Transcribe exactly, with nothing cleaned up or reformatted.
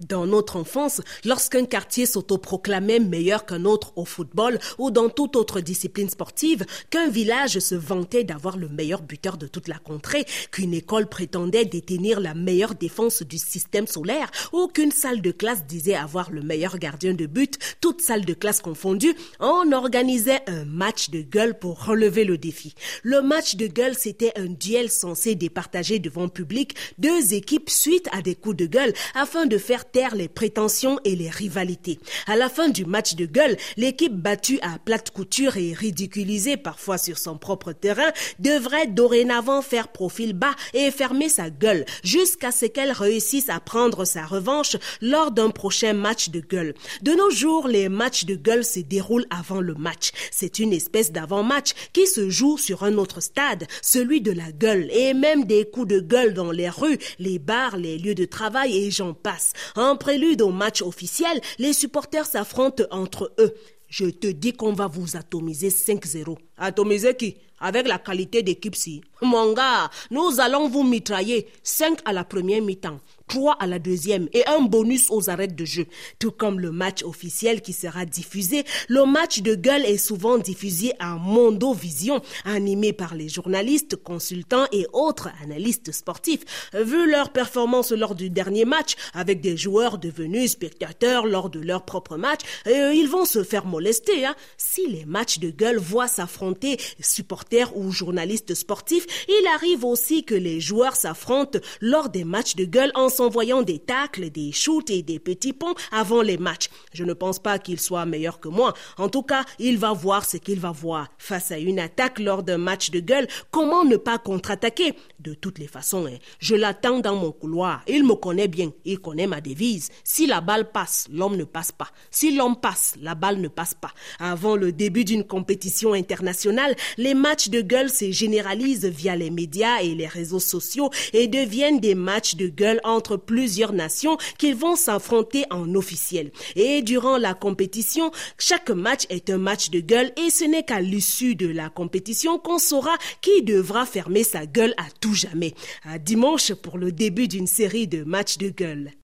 Dans notre enfance, lorsqu'un quartier s'autoproclamait meilleur qu'un autre au football ou dans toute autre discipline sportive, qu'un village se vantait d'avoir le meilleur buteur de toute la contrée, qu'une école prétendait détenir la meilleure défense du système solaire ou qu'une salle de classe disait avoir le meilleur gardien de but, toutes salles de classe confondues, on organisait un match de gueule pour relever le défi. Le match de gueule, c'était un duel censé départager devant public deux équipes suite à des coups de gueule afin de faire taire les prétentions et les rivalités. À la fin du match de gueule, l'équipe battue à plate couture et ridiculisée parfois sur son propre terrain devrait dorénavant faire profil bas et fermer sa gueule jusqu'à ce qu'elle réussisse à prendre sa revanche lors d'un prochain match de gueule. De nos jours, les matchs de gueule se déroulent avant le match. C'est une espèce d'avant-match qui se joue sur un autre stade, celui de la gueule, et même des coups de gueule dans les rues, les bars, les lieux de travail et j'en passe. En prélude au match officiel, les supporters s'affrontent entre eux. Je te dis qu'on va vous atomiser cinq zéro. Atomiser qui? Avec la qualité d'équipe-ci. Mon gars, nous allons vous mitrailler. cinq à la première mi-temps, trois à la deuxième et un bonus aux arrêts de jeu. Tout comme le match officiel qui sera diffusé, le match de gueule est souvent diffusé en Mondovision, animé par les journalistes, consultants et autres analystes sportifs. Vu leur performance lors du dernier match, avec des joueurs devenus spectateurs lors de leur propre match, euh, ils vont se faire molester. Hein. Si les matchs de gueule voient s'affronter supporters ou journalistes sportifs, il arrive aussi que les joueurs s'affrontent lors des matchs de gueule en s'envoyant des tacles, des shoots et des petits ponts avant les matchs. Je ne pense pas qu'il soit meilleur que moi. En tout cas, il va voir ce qu'il va voir. Face à une attaque lors d'un match de gueule, comment ne pas contre-attaquer? De toutes les façons, hein, je l'attends dans mon couloir. Il me connaît bien. Il connaît ma devise. Si la balle passe, l'homme ne passe pas. Si l'homme passe, la balle ne passe pas. Avant le début d'une compétition internationale, les matchs de gueule se généralisent via les médias et les réseaux sociaux et deviennent des matchs de gueule entre plusieurs nations qui vont s'affronter en officiel. Et durant la compétition, chaque match est un match de gueule et ce n'est qu'à l'issue de la compétition qu'on saura qui devra fermer sa gueule à tout jamais. À dimanche pour le début d'une série de matchs de gueule.